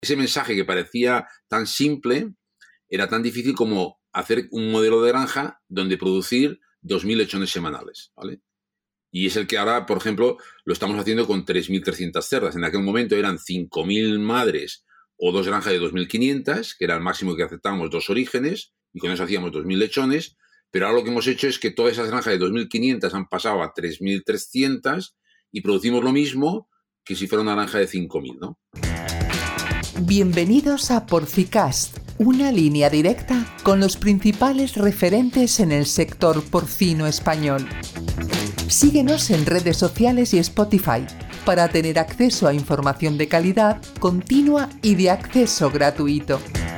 Ese mensaje que parecía tan simple era tan difícil como hacer un modelo de granja donde producir 2.000 lechones semanales, ¿vale? Y es el que ahora, por ejemplo, lo estamos haciendo con 3.300 cerdas. En aquel momento eran 5.000 madres o dos granjas de 2.500, que era el máximo que aceptábamos, dos orígenes, y con eso hacíamos 2.000 lechones. Pero ahora lo que hemos hecho es que todas esas granjas de 2.500 han pasado a 3.300 y producimos lo mismo que si fuera una granja de 5.000, ¿no? Bienvenidos a Porcicast, una línea directa con los principales referentes en el sector porcino español. Síguenos en redes sociales y Spotify para tener acceso a información de calidad, continua y de acceso gratuito.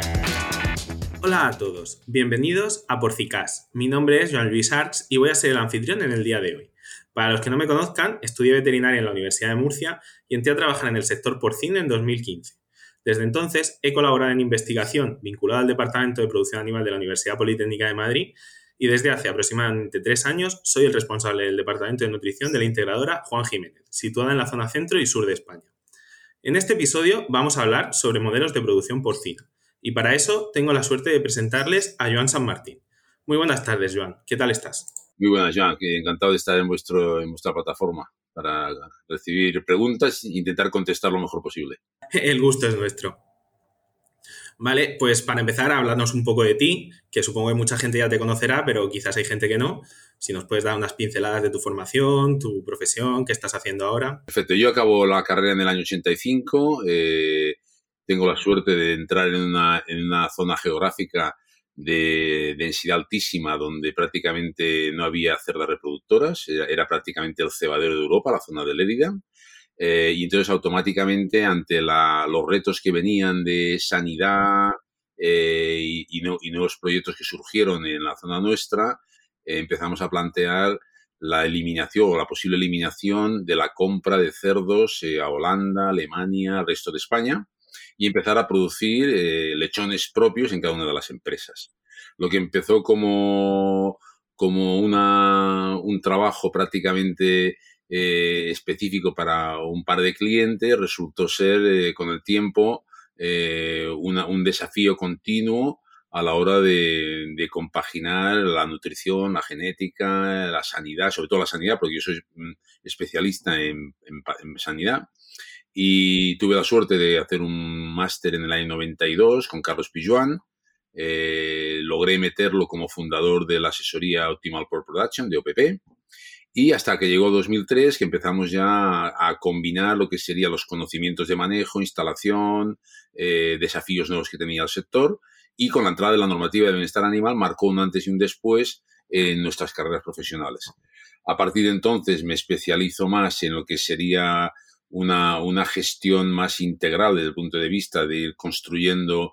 Hola a todos, bienvenidos a Porcicast. Mi nombre es Joan Luis Arcs y voy a ser el anfitrión en el día de hoy. Para los que no me conozcan, estudié veterinaria en la Universidad de Murcia y entré a trabajar en el sector porcino en 2015. Desde entonces he colaborado en investigación vinculada al Departamento de Producción Animal de la Universidad Politécnica de Madrid y desde hace aproximadamente 3 años soy el responsable del Departamento de Nutrición de la integradora Juan Jiménez, situada en la zona centro y sur de España. En este episodio vamos a hablar sobre modelos de producción porcina y para eso tengo la suerte de presentarles a Joan San Martín. Muy buenas tardes, Joan. ¿Qué tal estás? Muy buenas, Joan. Encantado de estar en vuestra plataforma para recibir preguntas e intentar contestar lo mejor posible. El gusto es nuestro. Vale, pues para empezar, háblanos un poco de ti, que supongo que mucha gente ya te conocerá, pero quizás hay gente que no. Si nos puedes dar unas pinceladas de tu formación, tu profesión, qué estás haciendo ahora. Perfecto. Yo acabo la carrera en el año 85. Tengo la suerte de entrar en una zona geográfica de densidad altísima, donde prácticamente no había cerdas reproductoras. Era prácticamente el cebadero de Europa, la zona de Lérida. Y entonces automáticamente ante los retos que venían de sanidad y nuevos proyectos que surgieron en la zona nuestra, empezamos a plantear la eliminación o la posible eliminación de la compra de cerdos a Holanda, Alemania, al resto de España y empezar a producir lechones propios en cada una de las empresas. Lo que empezó como un trabajo prácticamente específico para un par de clientes, resultó ser con el tiempo un desafío continuo a la hora de compaginar la nutrición, la genética, la sanidad, sobre todo la sanidad, porque yo soy especialista en sanidad. Y tuve la suerte de hacer un máster en el año 92 con Carlos Pijuan. Logré meterlo como fundador de la asesoría Optimal Pork Production, de OPP. Y hasta que llegó 2003, que empezamos ya a combinar lo que serían los conocimientos de manejo, instalación, desafíos nuevos que tenía el sector. Y con la entrada de la normativa de bienestar animal marcó un antes y un después en nuestras carreras profesionales. A partir de entonces me especializo más en lo que sería una gestión más integral desde el punto de vista de ir construyendo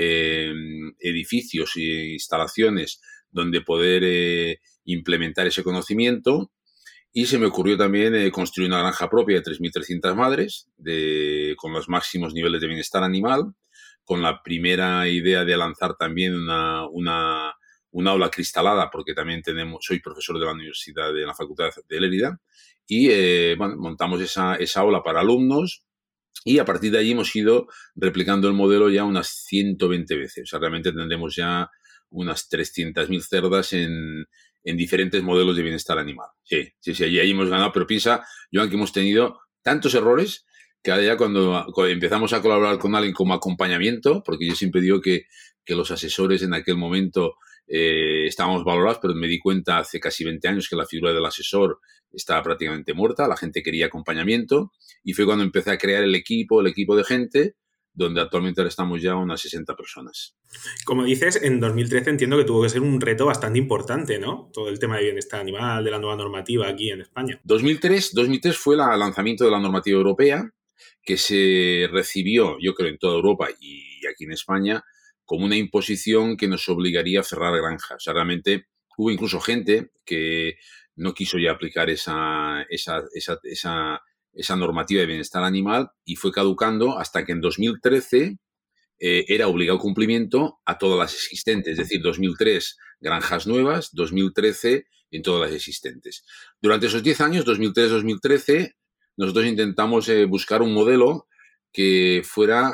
edificios e instalaciones donde poder implementar ese conocimiento. Y se me ocurrió también construir una granja propia de 3.300 madres con los máximos niveles de bienestar animal, con la primera idea de lanzar también una aula cristalada, porque también soy profesor de la Universidad de la Facultad de Lérida, y montamos esa aula para alumnos y a partir de allí hemos ido replicando el modelo ya unas 120 veces. O sea, realmente tendremos ya unas 300.000 cerdas en diferentes modelos de bienestar animal. Sí, ahí hemos ganado, pero piensa, Joan, que hemos tenido tantos errores que ahora ya cuando empezamos a colaborar con alguien como acompañamiento, porque yo siempre digo que los asesores en aquel momento estábamos valorados, pero me di cuenta hace casi 20 años que la figura del asesor estaba prácticamente muerta, la gente quería acompañamiento y fue cuando empecé a crear el equipo de gente donde actualmente ahora estamos ya unas 60 personas. Como dices, en 2013 entiendo que tuvo que ser un reto bastante importante, ¿no? Todo el tema de bienestar animal, de la nueva normativa aquí en España. 2003 fue el lanzamiento de la normativa europea que se recibió, yo creo, en toda Europa y aquí en España, como una imposición que nos obligaría a cerrar granjas. O sea, realmente hubo incluso gente que no quiso ya aplicar esa normativa de bienestar animal y fue caducando hasta que en 2013 era obligado cumplimiento a todas las existentes. Es decir, 2003 granjas nuevas, 2013 en todas las existentes. Durante esos 10 años, 2003-2013, nosotros intentamos buscar un modelo que fuera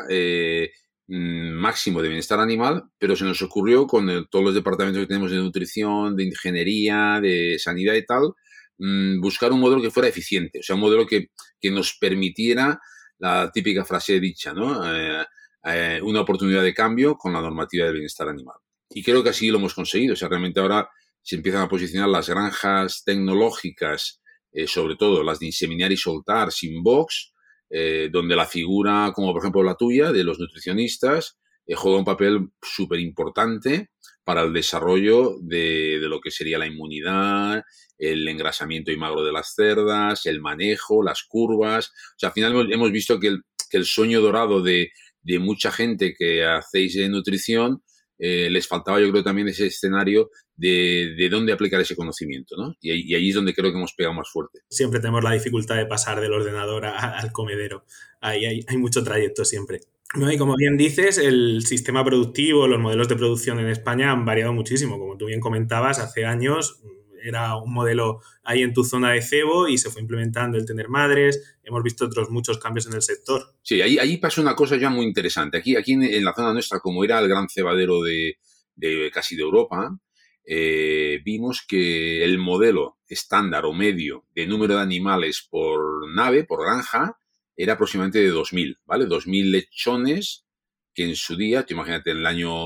máximo de bienestar animal, pero se nos ocurrió con todos los departamentos que tenemos de nutrición, de ingeniería, de sanidad y tal, buscar un modelo que fuera eficiente, o sea, un modelo que nos permitiera la típica frase dicha, ¿no? Una oportunidad de cambio con la normativa de bienestar animal. Y creo que así lo hemos conseguido. O sea, realmente ahora se empiezan a posicionar las granjas tecnológicas, sobre todo las de inseminar y soltar sin box, donde la figura, como por ejemplo la tuya, de los nutricionistas, juega un papel súper importante para el desarrollo de lo que sería la inmunidad, el engrasamiento y magro de las cerdas, el manejo, las curvas. O sea, al final hemos visto que el sueño dorado de mucha gente que hacéis de nutrición, les faltaba, yo creo, también ese escenario de dónde aplicar ese conocimiento, ¿no? Y ahí es donde creo que hemos pegado más fuerte. Siempre tenemos la dificultad de pasar del ordenador al comedero. Ahí hay mucho trayecto siempre. No, y como bien dices, el sistema productivo, los modelos de producción en España han variado muchísimo. Como tú bien comentabas, hace años era un modelo ahí en tu zona de cebo y se fue implementando el tener madres. Hemos visto otros muchos cambios en el sector. Sí, ahí pasó una cosa ya muy interesante. Aquí en la zona nuestra, como era el gran cebadero de casi de Europa, vimos que el modelo estándar o medio de número de animales por nave, por granja, era aproximadamente de 2.000, ¿vale? 2.000 lechones que en su día, tú imagínate, en el año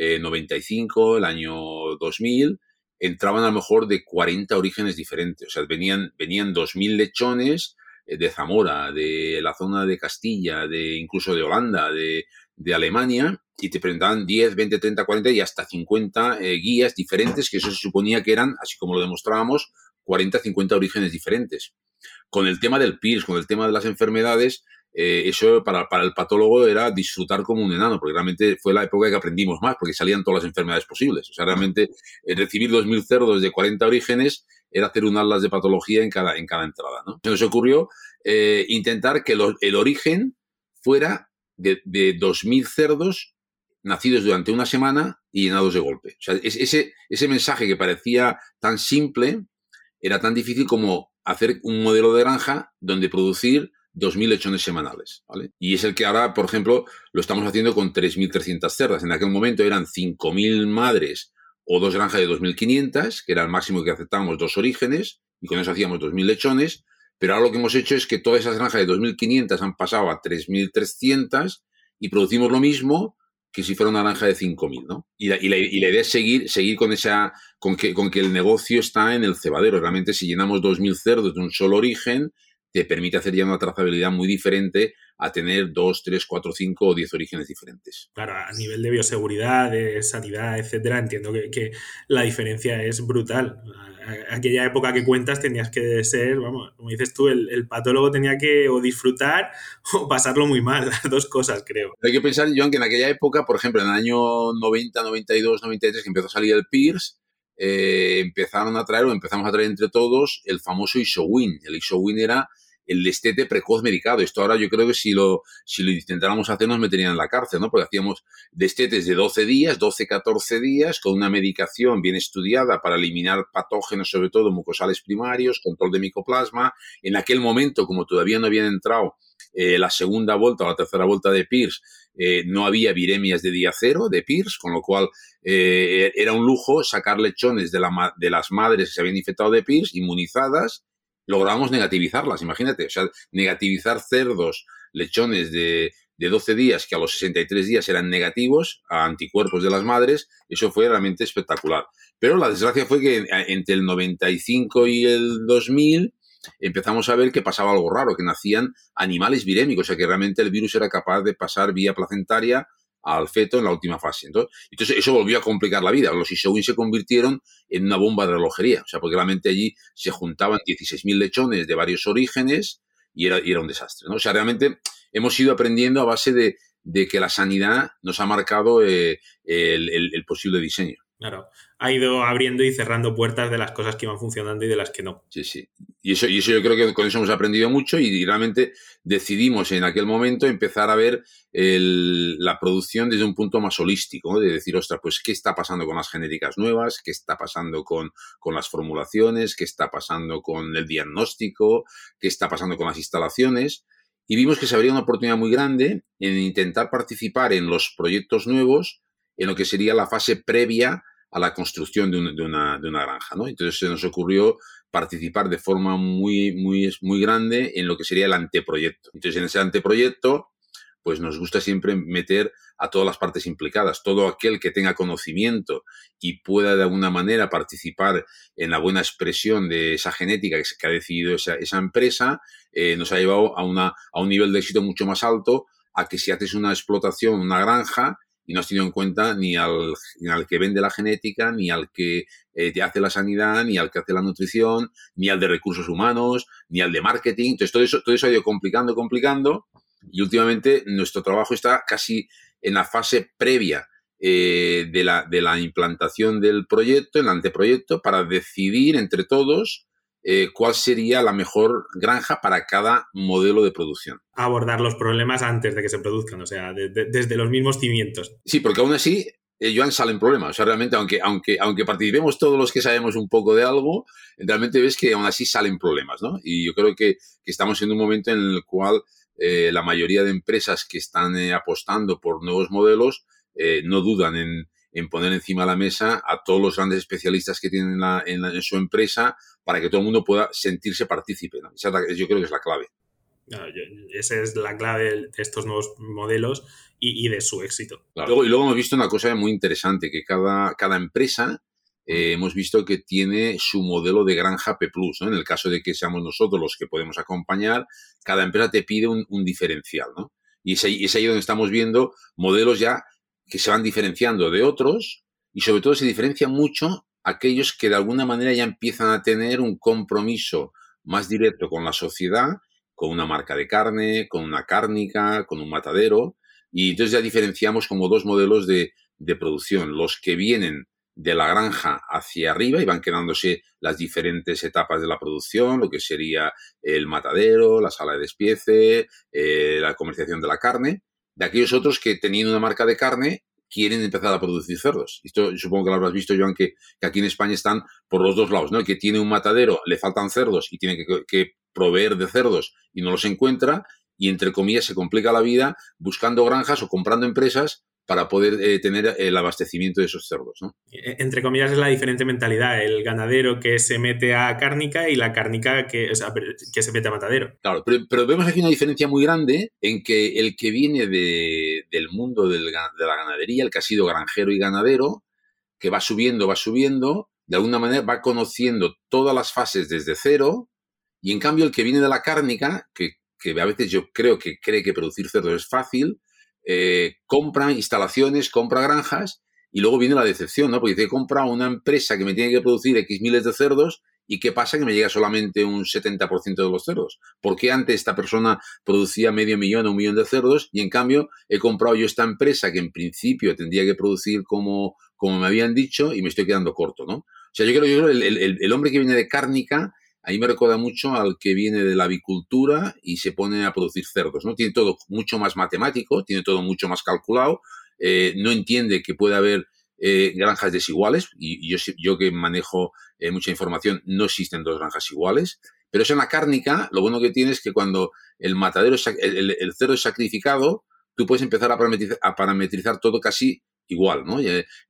95, el año 2000, entraban a lo mejor de 40 orígenes diferentes. O sea, venían 2.000 lechones de Zamora, de la zona de Castilla, incluso de Holanda, de Alemania, y te presentaban 10, 20, 30, 40 y hasta 50 guías diferentes, que eso se suponía que eran, así como lo demostrábamos, 40, 50 orígenes diferentes. Con el tema del PIRS, con el tema de las enfermedades, eso para el patólogo era disfrutar como un enano, porque realmente fue la época que aprendimos más, porque salían todas las enfermedades posibles. O sea, realmente recibir 2.000 cerdos de 40 orígenes era hacer un atlas de patología en cada entrada, ¿no? Se nos ocurrió intentar que el origen fuera de 2.000 cerdos nacidos durante una semana y llenados de golpe. O sea, ese mensaje que parecía tan simple era tan difícil como hacer un modelo de granja donde producir 2.000 lechones semanales, ¿vale? Y es el que ahora, por ejemplo, lo estamos haciendo con 3.300 cerdas. En aquel momento eran 5.000 madres o 2 granjas de 2.500, que era el máximo que aceptábamos, 2 orígenes, y con eso hacíamos 2.000 lechones. Pero ahora lo que hemos hecho es que todas esas granjas de 2.500 han pasado a 3.300 y producimos lo mismo que si fuera una granja de 5.000, ¿no? Y la idea es seguir con que el negocio está en el cebadero. Realmente, si llenamos 2.000 cerdos de un solo origen, te permite hacer ya una trazabilidad muy diferente a tener 2, 3, 4, 5 o 10 orígenes diferentes. Claro, a nivel de bioseguridad, de sanidad, etcétera, entiendo que la diferencia es brutal. Aquella época que cuentas tenías que ser, vamos, como dices tú, el patólogo tenía que o disfrutar o pasarlo muy mal, las dos cosas, creo. Hay que pensar, Joan, que en aquella época, por ejemplo, en el año 90, 92, 93, que empezó a salir el PIRS, empezamos a traer entre todos el famoso ISOWIN. El ISOWIN era el destete precoz medicado. Esto ahora yo creo que si lo intentáramos hacer nos meterían en la cárcel, ¿no? Porque hacíamos destetes de 12 días, 12, 14 días, con una medicación bien estudiada para eliminar patógenos, sobre todo mucosales primarios, control de micoplasma. En aquel momento, como todavía no habían entrado la segunda vuelta o la tercera vuelta de PIRS, no había viremias de día cero de PIRS, con lo cual era un lujo sacar lechones de las madres que se habían infectado de PIRS, inmunizadas. Logramos negativizarlas, imagínate, o sea, negativizar cerdos, lechones de 12 días que a los 63 días eran negativos a anticuerpos de las madres, eso fue realmente espectacular. Pero la desgracia fue que entre el 95 y el 2000 empezamos a ver que pasaba algo raro, que nacían animales virémicos, o sea, que realmente el virus era capaz de pasar vía placentaria al feto en la última fase. Entonces eso volvió a complicar la vida. Los ISOWIN se convirtieron en una bomba de relojería. O sea, porque realmente allí se juntaban 16.000 lechones de varios orígenes y era un desastre, ¿no? O sea, realmente hemos ido aprendiendo a base de que la sanidad nos ha marcado el posible diseño. Claro, ha ido abriendo y cerrando puertas de las cosas que iban funcionando y de las que no. Sí, sí. Y eso yo creo que con eso hemos aprendido mucho y realmente decidimos en aquel momento empezar a ver la producción desde un punto más holístico, ¿no? De decir, ostras, pues ¿qué está pasando con las genéticas nuevas? ¿Qué está pasando con las formulaciones? ¿Qué está pasando con el diagnóstico? ¿Qué está pasando con las instalaciones? y vimos que se abría una oportunidad muy grande en intentar participar en los proyectos nuevos, en lo que sería la fase previa a la construcción de una granja, ¿no? Entonces se nos ocurrió participar de forma muy grande en lo que sería el anteproyecto. Entonces, en ese anteproyecto, pues nos gusta siempre meter a todas las partes implicadas, todo aquel que tenga conocimiento y pueda de alguna manera participar en la buena expresión de esa genética que ha decidido esa empresa, nos ha llevado a un nivel de éxito mucho más alto a que si haces una explotación, una granja, y no has tenido en cuenta ni al que vende la genética, ni al que te hace la sanidad, ni al que hace la nutrición, ni al de recursos humanos, ni al de marketing. Entonces, todo eso ha ido complicando, y últimamente nuestro trabajo está casi en la fase previa de la implantación del proyecto, el anteproyecto, para decidir entre todos cuál sería la mejor granja para cada modelo de producción. Abordar los problemas antes de que se produzcan, o sea, desde los mismos cimientos. Sí, porque aún así, Joan, salen problemas. O sea, realmente, aunque participemos todos los que sabemos un poco de algo, realmente ves que aún así salen problemas, ¿no? Y yo creo que estamos en un momento en el cual la mayoría de empresas que están apostando por nuevos modelos no dudan en poner encima de la mesa a todos los grandes especialistas que tienen en su empresa para que todo el mundo pueda sentirse partícipe, ¿no? Yo creo que es la clave. Esa es la clave de estos nuevos modelos y de su éxito. Claro. Y luego hemos visto una cosa muy interesante, que cada empresa hemos visto que tiene su modelo de granja P+, ¿no? En el caso de que seamos nosotros los que podemos acompañar, cada empresa te pide un diferencial, ¿no? Y es ahí donde estamos viendo modelos ya que se van diferenciando de otros, y sobre todo se diferencian mucho aquellos que de alguna manera ya empiezan a tener un compromiso más directo con la sociedad, con una marca de carne, con una cárnica, con un matadero, y entonces ya diferenciamos como dos modelos de producción, los que vienen de la granja hacia arriba y van quedándose las diferentes etapas de la producción, lo que sería el matadero, la sala de despiece, la comercialización de la carne, de aquellos otros que teniendo una marca de carne quieren empezar a producir cerdos. Esto supongo que lo habrás visto, Joan, que aquí en España están por los dos lados, ¿no? El que tiene un matadero, le faltan cerdos y tiene que proveer de cerdos y no los encuentra, y entre comillas se complica la vida buscando granjas o comprando empresas para poder tener el abastecimiento de esos cerdos, ¿no? Entre comillas es la diferente mentalidad, el ganadero que se mete a cárnica y la cárnica que se mete a matadero. Claro, pero vemos aquí una diferencia muy grande en que el que viene del mundo de la ganadería, el que ha sido granjero y ganadero, que va subiendo, de alguna manera va conociendo todas las fases desde cero, y en cambio el que viene de la cárnica, que a veces yo creo que cree que producir cerdos es fácil, compra instalaciones, compra granjas, y luego viene la decepción, ¿no? Porque dice, he comprado una empresa que me tiene que producir X miles de cerdos, ¿y qué pasa? Que me llega solamente un 70% de los cerdos. ¿Por qué antes esta persona producía 500.000 o 1 millón de cerdos y en cambio he comprado yo esta empresa que en principio tendría que producir como me habían dicho y me estoy quedando corto, ¿no? O sea, yo creo el hombre que viene de cárnica, ahí me recuerda mucho al que viene de la avicultura y se pone a producir cerdos, ¿no? Tiene todo mucho más matemático, tiene todo mucho más calculado, no entiende que puede haber granjas desiguales, y yo que manejo mucha información, no existen dos granjas iguales, pero eso en la cárnica, lo bueno que tiene es que cuando el matadero, el cerdo es sacrificado, tú puedes empezar a parametrizar todo casi igual, ¿no?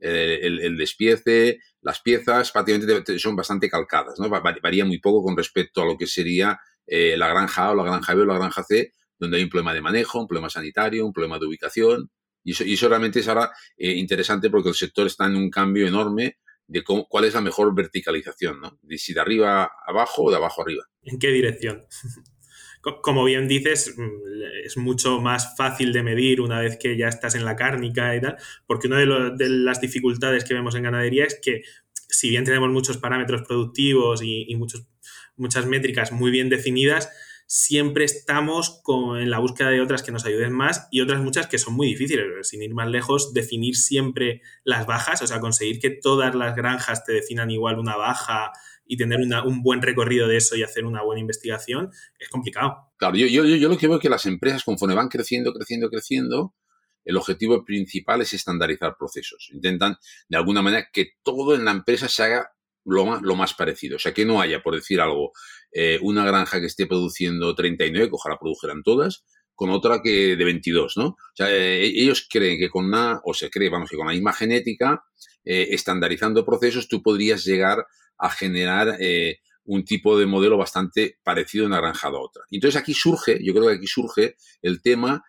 El despiece, las piezas prácticamente son bastante calcadas, ¿no? Varía muy poco con respecto a lo que sería la granja A o la granja B o la granja C, donde hay un problema de manejo, un problema sanitario, un problema de ubicación, y eso realmente es ahora interesante porque el sector está en un cambio enorme de cuál es la mejor verticalización, ¿no? De si de arriba a abajo o de abajo a arriba. ¿En qué dirección? Como bien dices, es mucho más fácil de medir una vez que ya estás en la cárnica y tal, porque una de las dificultades que vemos en ganadería es que si bien tenemos muchos parámetros productivos y muchas métricas muy bien definidas, siempre estamos en la búsqueda de otras que nos ayuden más y otras muchas que son muy difíciles. Sin ir más lejos, definir siempre las bajas, o sea, conseguir que todas las granjas te definan igual una baja y tener un buen recorrido de eso y hacer una buena investigación, es complicado. Claro, yo lo que veo es que las empresas, conforme van creciendo, el objetivo principal es estandarizar procesos. Intentan, de alguna manera, que todo en la empresa se haga lo más parecido. O sea, que no haya, por decir algo, una granja que esté produciendo 39, que ojalá produjeran todas, con otra que de 22, ¿no? O sea, ellos creen que con que con la misma genética, estandarizando procesos, tú podrías llegar a generar un tipo de modelo bastante parecido de una granja a otra. Entonces yo creo que aquí surge el tema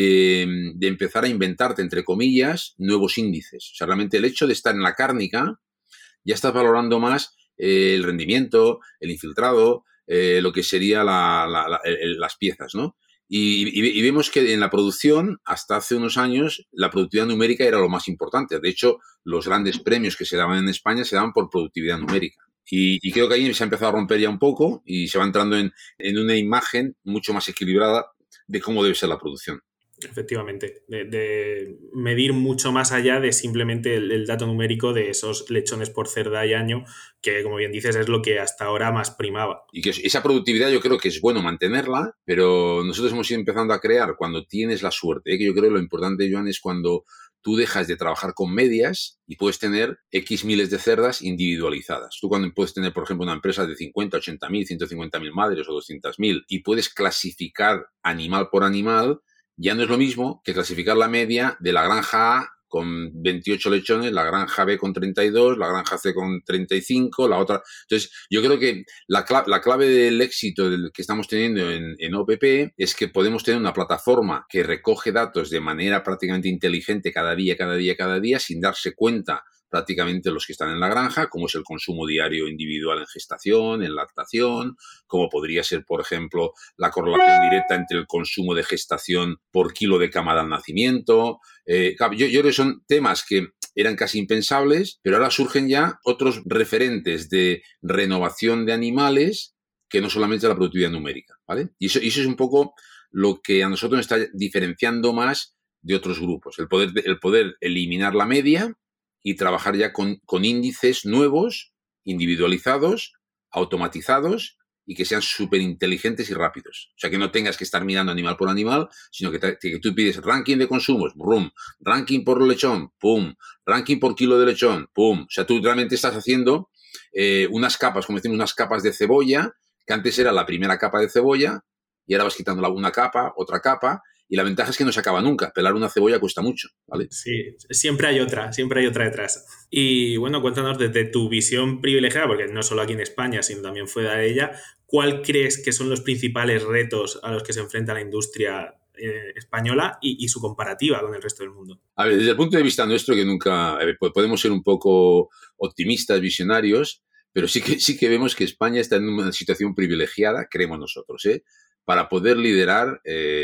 de empezar a inventarte, entre comillas, nuevos índices. O sea, realmente el hecho de estar en la cárnica, ya estás valorando más el rendimiento, el infiltrado, lo que sería las piezas, ¿no? Y vemos que en la producción, hasta hace unos años, la productividad numérica era lo más importante. De hecho, los grandes premios que se daban en España se daban por productividad numérica. Y creo que ahí se ha empezado a romper ya un poco y se va entrando en una imagen mucho más equilibrada de cómo debe ser la producción. Efectivamente, de medir mucho más allá de simplemente el dato numérico de esos lechones por cerda y año, que como bien dices es lo que hasta ahora más primaba. Y que esa productividad yo creo que es bueno mantenerla, pero nosotros hemos ido empezando a crear cuando tienes la suerte, que yo creo que lo importante, Joan, es cuando tú dejas de trabajar con medias y puedes tener X miles de cerdas individualizadas. Tú cuando puedes tener, por ejemplo, una empresa de 50, 80.000, 150.000 madres o 200.000 y puedes clasificar animal por animal, ya no es lo mismo que clasificar la media de la granja A con 28 lechones, la granja B con 32, la granja C con 35, la otra... Entonces, yo creo que la clave del éxito que estamos teniendo en OPP es que podemos tener una plataforma que recoge datos de manera prácticamente inteligente cada día, sin darse cuenta prácticamente los que están en la granja, como es el consumo diario individual en gestación, en lactación, como podría ser, por ejemplo, la correlación directa entre el consumo de gestación por kilo de camada al nacimiento. Yo creo que son temas que eran casi impensables, pero ahora surgen ya otros referentes de renovación de animales que no solamente la productividad numérica, ¿vale? Y eso es un poco lo que a nosotros nos está diferenciando más de otros grupos, el poder eliminar la media y trabajar ya con índices nuevos, individualizados, automatizados y que sean súper inteligentes y rápidos. O sea, que no tengas que estar mirando animal por animal, sino que tú pides ranking de consumos, ¡brum! Ranking por lechón, ¡pum! Ranking por kilo de lechón, ¡pum! O sea, tú realmente estás haciendo unas capas, como decimos, unas capas de cebolla, que antes era la primera capa de cebolla y ahora vas quitando una capa, otra capa. Y la ventaja es que no se acaba nunca. Pelar una cebolla cuesta mucho, ¿vale? Sí, siempre hay otra detrás. Y bueno, cuéntanos desde tu visión privilegiada, porque no solo aquí en España, sino también fuera de ella, ¿cuál crees que son los principales retos a los que se enfrenta la industria española y su comparativa con el resto del mundo? A ver, desde el punto de vista nuestro, que nunca podemos ser un poco optimistas, visionarios, pero sí que vemos que España está en una situación privilegiada, creemos nosotros, para poder liderar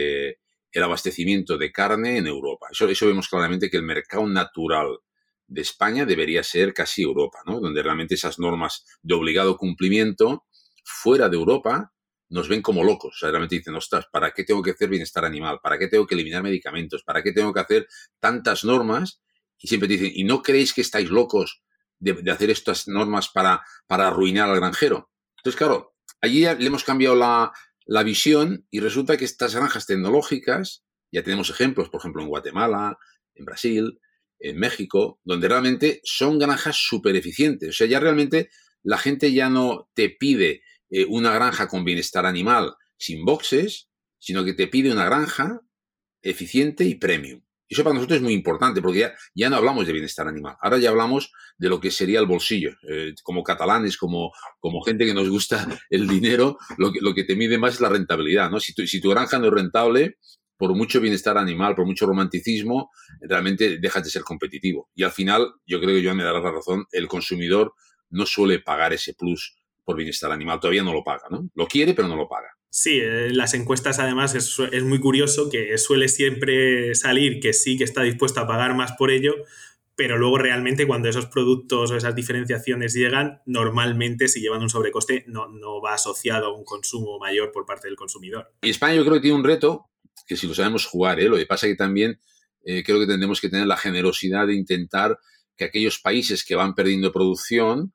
el abastecimiento de carne en Europa. Eso vemos claramente que el mercado natural de España debería ser casi Europa, ¿no? Donde realmente esas normas de obligado cumplimiento fuera de Europa nos ven como locos. O sea, realmente dicen, ostras, ¿para qué tengo que hacer bienestar animal? ¿Para qué tengo que eliminar medicamentos? ¿Para qué tengo que hacer tantas normas? Y siempre te dicen, ¿y no creéis que estáis locos de hacer estas normas para arruinar al granjero? Entonces, claro, allí le hemos cambiado la visión y resulta que estas granjas tecnológicas, ya tenemos ejemplos, por ejemplo, en Guatemala, en Brasil, en México, donde realmente son granjas súper eficientes. O sea, ya realmente la gente ya no te pide una granja con bienestar animal sin boxes, sino que te pide una granja eficiente y premium. Eso para nosotros es muy importante porque ya no hablamos de bienestar animal, ahora ya hablamos de lo que sería el bolsillo. Como catalanes, como gente que nos gusta el dinero, lo que te mide más es la rentabilidad, ¿no? Si tu granja no es rentable, por mucho bienestar animal, por mucho romanticismo, realmente dejas de ser competitivo. Y al final, yo creo que Joan me dará la razón, el consumidor no suele pagar ese plus por bienestar animal, todavía no lo paga, ¿no? Lo quiere, pero no lo paga. Sí, las encuestas además es muy curioso que suele siempre salir que sí que está dispuesto a pagar más por ello, pero luego realmente cuando esos productos o esas diferenciaciones llegan, normalmente si llevan un sobrecoste no va asociado a un consumo mayor por parte del consumidor. Y España yo creo que tiene un reto que si lo sabemos jugar, lo que pasa es que también creo que tendremos que tener la generosidad de intentar que aquellos países que van perdiendo producción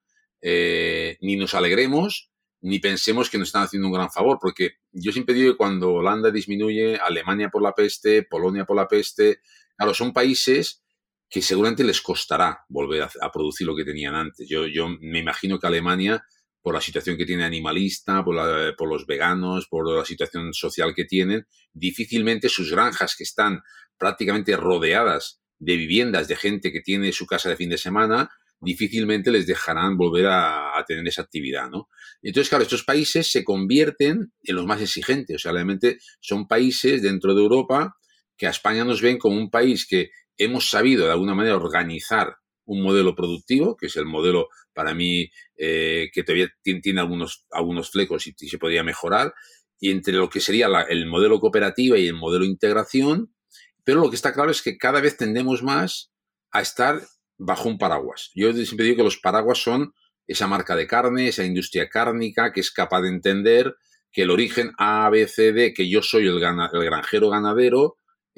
ni nos alegremos ni pensemos que nos están haciendo un gran favor, porque yo siempre digo que cuando Holanda disminuye, Alemania por la peste, Polonia por la peste, claro, son países que seguramente les costará volver a producir lo que tenían antes. Yo me imagino que Alemania, por la situación que tiene animalista, por los veganos, por la situación social que tienen, difícilmente sus granjas, que están prácticamente rodeadas de viviendas de gente que tiene su casa de fin de semana, difícilmente les dejarán volver a tener esa actividad, ¿no? Entonces, claro, estos países se convierten en los más exigentes. O sea, realmente son países dentro de Europa que a España nos ven como un país que hemos sabido de alguna manera organizar un modelo productivo, que es el modelo para mí que todavía tiene algunos flecos y se podría mejorar, y entre lo que sería el modelo cooperativa y el modelo integración, pero lo que está claro es que cada vez tendemos más a estar bajo un paraguas. Yo siempre digo que los paraguas son esa marca de carne, esa industria cárnica que es capaz de entender que el origen A, B, C, D, que yo soy el granjero ganadero,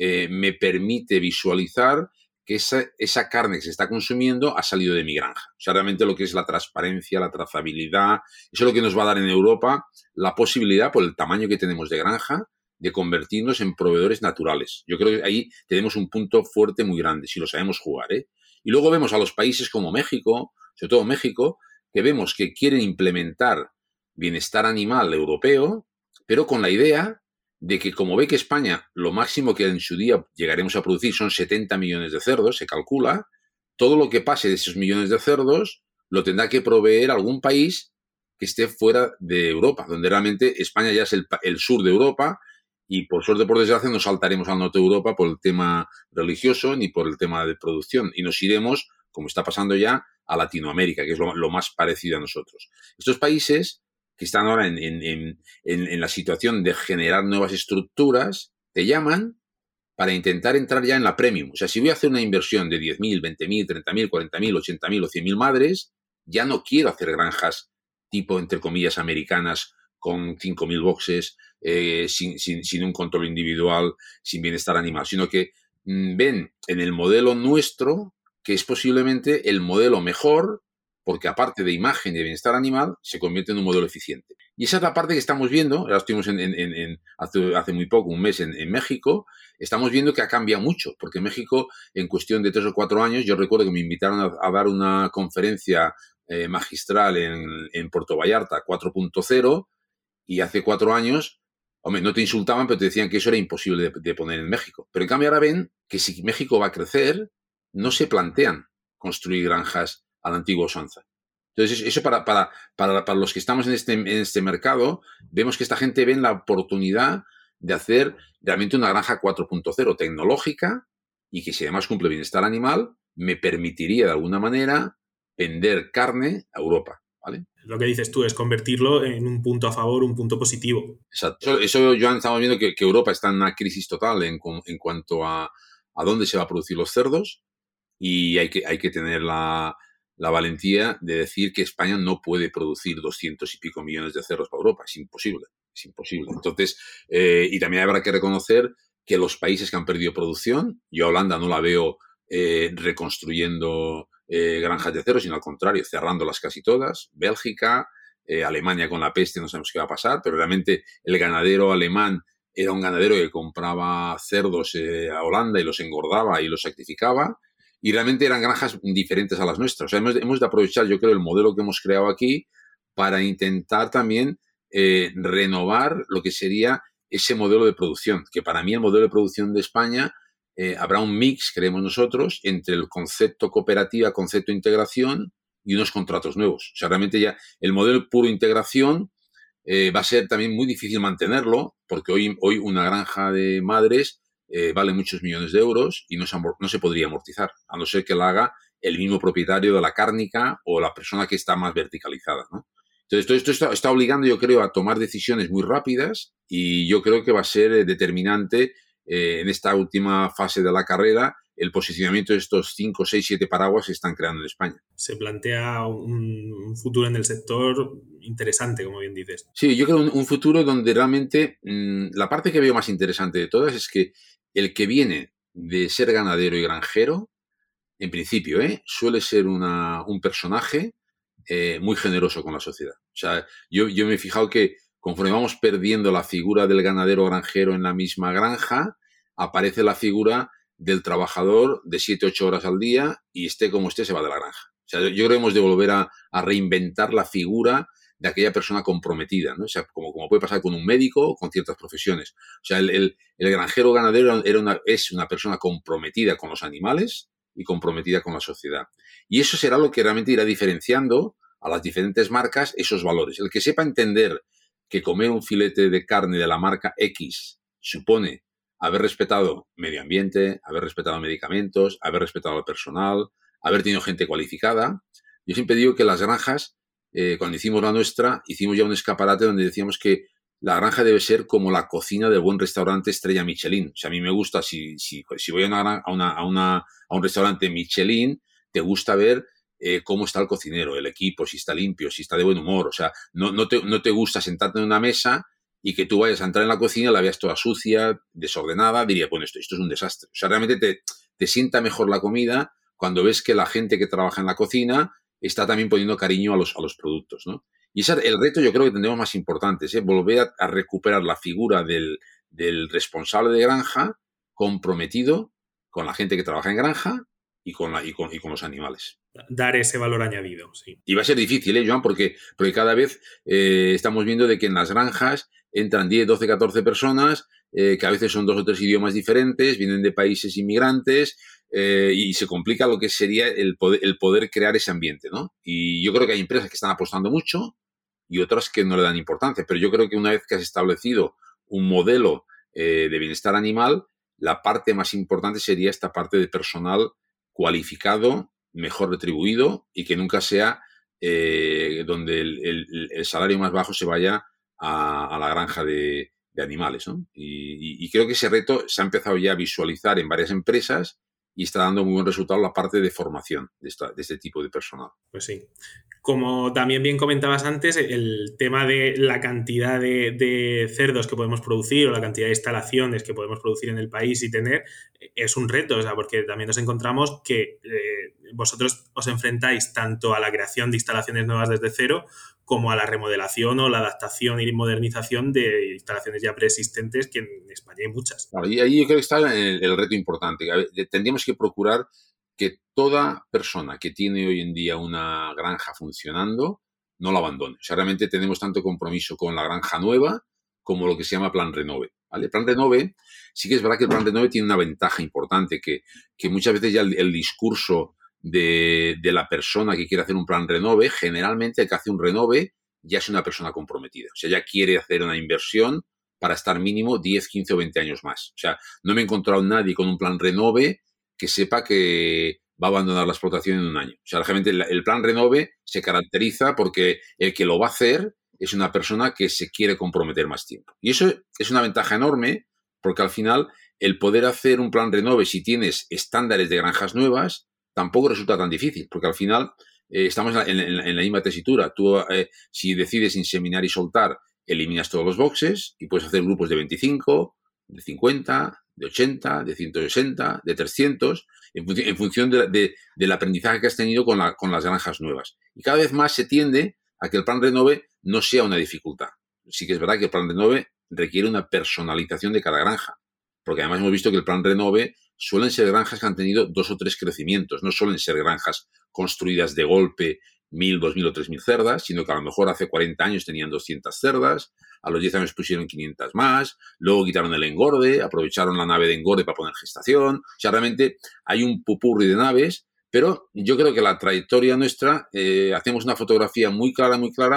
me permite visualizar que esa carne que se está consumiendo ha salido de mi granja. O sea, realmente lo que es la transparencia, la trazabilidad, eso es lo que nos va a dar en Europa la posibilidad, por el tamaño que tenemos de granja, de convertirnos en proveedores naturales. Yo creo que ahí tenemos un punto fuerte muy grande, si lo sabemos jugar, ¿eh? Y luego vemos a los países como México, sobre todo México, que vemos que quieren implementar bienestar animal europeo, pero con la idea de que, como ve que España, lo máximo que en su día llegaremos a producir son 70 millones de cerdos, se calcula, todo lo que pase de esos millones de cerdos lo tendrá que proveer algún país que esté fuera de Europa, donde realmente España ya es el sur de Europa, y por suerte, por desgracia, no saltaremos al norte de Europa por el tema religioso ni por el tema de producción, y nos iremos, como está pasando ya, a Latinoamérica, que es lo más parecido a nosotros. Estos países que están ahora en la situación de generar nuevas estructuras, te llaman para intentar entrar ya en la premium. O sea, si voy a hacer una inversión de 10.000, 20.000, 30.000, 40.000, 80.000 o 100.000 madres, ya no quiero hacer granjas tipo, entre comillas, americanas con 5.000 boxes, sin un control individual, sin bienestar animal, sino que ven en el modelo nuestro que es posiblemente el modelo mejor, porque aparte de imagen y de bienestar animal, se convierte en un modelo eficiente. Y esa es la parte que estamos viendo, ahora estuvimos hace muy poco, un mes en México, estamos viendo que ha cambiado mucho, porque en México, en cuestión de 3 o 4 años, yo recuerdo que me invitaron a dar una conferencia magistral en Puerto Vallarta 4.0, y hace 4 años, hombre, no te insultaban, pero te decían que eso era imposible de poner en México. Pero en cambio ahora ven que si México va a crecer, no se plantean construir granjas a la antigua usanza. Entonces, eso para los que estamos en este mercado, vemos que esta gente ve la oportunidad de hacer realmente una granja 4.0 tecnológica, y que si además cumple bienestar animal, me permitiría de alguna manera vender carne a Europa, ¿vale? Lo que dices tú es convertirlo en un punto a favor, un punto positivo. Exacto. Eso Joan, estamos viendo que Europa está en una crisis total en cuanto a dónde se va a producir los cerdos, y hay que tener la valentía de decir que España no puede producir 200 y pico millones de cerdos para Europa. Es imposible. Entonces, y también habrá que reconocer que los países que han perdido producción, yo a Holanda no la veo reconstruyendo granjas de cerdos, sino al contrario, cerrándolas casi todas. Bélgica, Alemania con la peste, no sabemos qué va a pasar, pero realmente el ganadero alemán era un ganadero que compraba cerdos a Holanda y los engordaba y los sacrificaba, y realmente eran granjas diferentes a las nuestras. O sea, hemos de aprovechar, yo creo, el modelo que hemos creado aquí para intentar también renovar lo que sería ese modelo de producción, que para mí el modelo de producción de España habrá un mix, creemos nosotros, entre el concepto cooperativa, concepto integración y unos contratos nuevos. O sea, realmente ya el modelo puro integración va a ser también muy difícil mantenerlo, porque hoy una granja de madres vale muchos millones de euros y no se podría amortizar, a no ser que la haga el mismo propietario de la cárnica o la persona que está más verticalizada, ¿no? Entonces, todo esto está obligando, yo creo, a tomar decisiones muy rápidas, y yo creo que va a ser determinante en esta última fase de la carrera el posicionamiento de estos 5, 6, 7 paraguas que están creando en España. Se plantea un futuro en el sector interesante, como bien dices. Sí, yo creo un futuro donde realmente la parte que veo más interesante de todas es que el que viene de ser ganadero y granjero, en principio, suele ser un personaje muy generoso con la sociedad. O sea, yo me he fijado que conforme vamos perdiendo la figura del ganadero granjero en la misma granja, aparece la figura del trabajador de 7-8 horas al día y esté como esté, se va de la granja. O sea, yo creo que hemos de volver a reinventar la figura de aquella persona comprometida, ¿no? O sea, como puede pasar con un médico o con ciertas profesiones. O sea, el granjero ganadero es una persona comprometida con los animales y comprometida con la sociedad. Y eso será lo que realmente irá diferenciando a las diferentes marcas esos valores. El que sepa entender que comer un filete de carne de la marca X supone haber respetado medio ambiente, haber respetado medicamentos, haber respetado al personal, haber tenido gente cualificada. Yo siempre digo que las granjas, cuando hicimos la nuestra, hicimos ya un escaparate donde decíamos que la granja debe ser como la cocina del buen restaurante estrella Michelin. O sea, a mí me gusta, si voy a un restaurante Michelin, te gusta ver cómo está el cocinero, el equipo, si está limpio, si está de buen humor. O sea, no te gusta sentarte en una mesa y que tú vayas a entrar en la cocina y la veas toda sucia, desordenada, diría, bueno, esto es un desastre. O sea, realmente te sienta mejor la comida cuando ves que la gente que trabaja en la cocina está también poniendo cariño a los productos, ¿no? Y ese es el reto, yo creo que tendremos más importantes, volver a recuperar la figura del responsable de granja comprometido con la gente que trabaja en granja y con los animales. Dar ese valor añadido, sí. Y va a ser difícil, Joan, porque cada vez estamos viendo de que en las granjas entran 10, 12, 14 personas, que a veces son 2 o 3 idiomas diferentes, vienen de países inmigrantes, y se complica lo que sería el poder crear ese ambiente, ¿no? Y yo creo que hay empresas que están apostando mucho y otras que no le dan importancia, pero yo creo que una vez que has establecido un modelo de bienestar animal, la parte más importante sería esta parte de personal cualificado, mejor retribuido y que nunca sea donde el salario más bajo se vaya a la granja de animales, ¿no? Y creo que ese reto se ha empezado ya a visualizar en varias empresas y está dando muy buen resultado la parte de formación de este tipo de personal. Pues sí. Como también bien comentabas antes, el tema de la cantidad de cerdos que podemos producir o la cantidad de instalaciones que podemos producir en el país y tener es un reto, o sea, porque también nos encontramos que vosotros os enfrentáis tanto a la creación de instalaciones nuevas desde cero como a la remodelación o la adaptación y modernización de instalaciones ya preexistentes, que en España hay muchas. Claro, y ahí yo creo que está el reto importante. Tendríamos que procurar que toda persona que tiene hoy en día una granja funcionando no la abandone. O sea, realmente tenemos tanto compromiso con la granja nueva como lo que se llama Plan Renove, ¿vale? Plan Renove, sí que es verdad que el Plan Renove tiene una ventaja importante, que muchas veces ya el discurso de la persona que quiere hacer un Plan Renove, generalmente el que hace un renove ya es una persona comprometida. O sea, ya quiere hacer una inversión para estar mínimo 10, 15 o 20 años más. O sea, no me he encontrado nadie con un Plan Renove que sepa que va a abandonar la explotación en un año. O sea, realmente el Plan Renove se caracteriza porque el que lo va a hacer es una persona que se quiere comprometer más tiempo. Y eso es una ventaja enorme porque al final el poder hacer un Plan Renove si tienes estándares de granjas nuevas tampoco resulta tan difícil porque al final estamos en la misma tesitura. Tú si decides inseminar y soltar, eliminas todos los boxes y puedes hacer grupos de 25, de 50, de 80, de 160, de 300, en función del aprendizaje que has tenido con las granjas nuevas. Y cada vez más se tiende a que el Plan Renove no sea una dificultad. Sí que es verdad que el Plan Renove requiere una personalización de cada granja, porque además hemos visto que el Plan Renove suelen ser granjas que han tenido 2 o 3 crecimientos, no suelen ser granjas construidas de golpe 1.000, 2.000 o 3.000 cerdas, sino que a lo mejor hace 40 años tenían 200 cerdas, a los 10 años pusieron 500 más, luego quitaron el engorde, aprovecharon la nave de engorde para poner gestación. O sea, realmente hay un pupurri de naves, pero yo creo que la trayectoria nuestra, hacemos una fotografía muy clara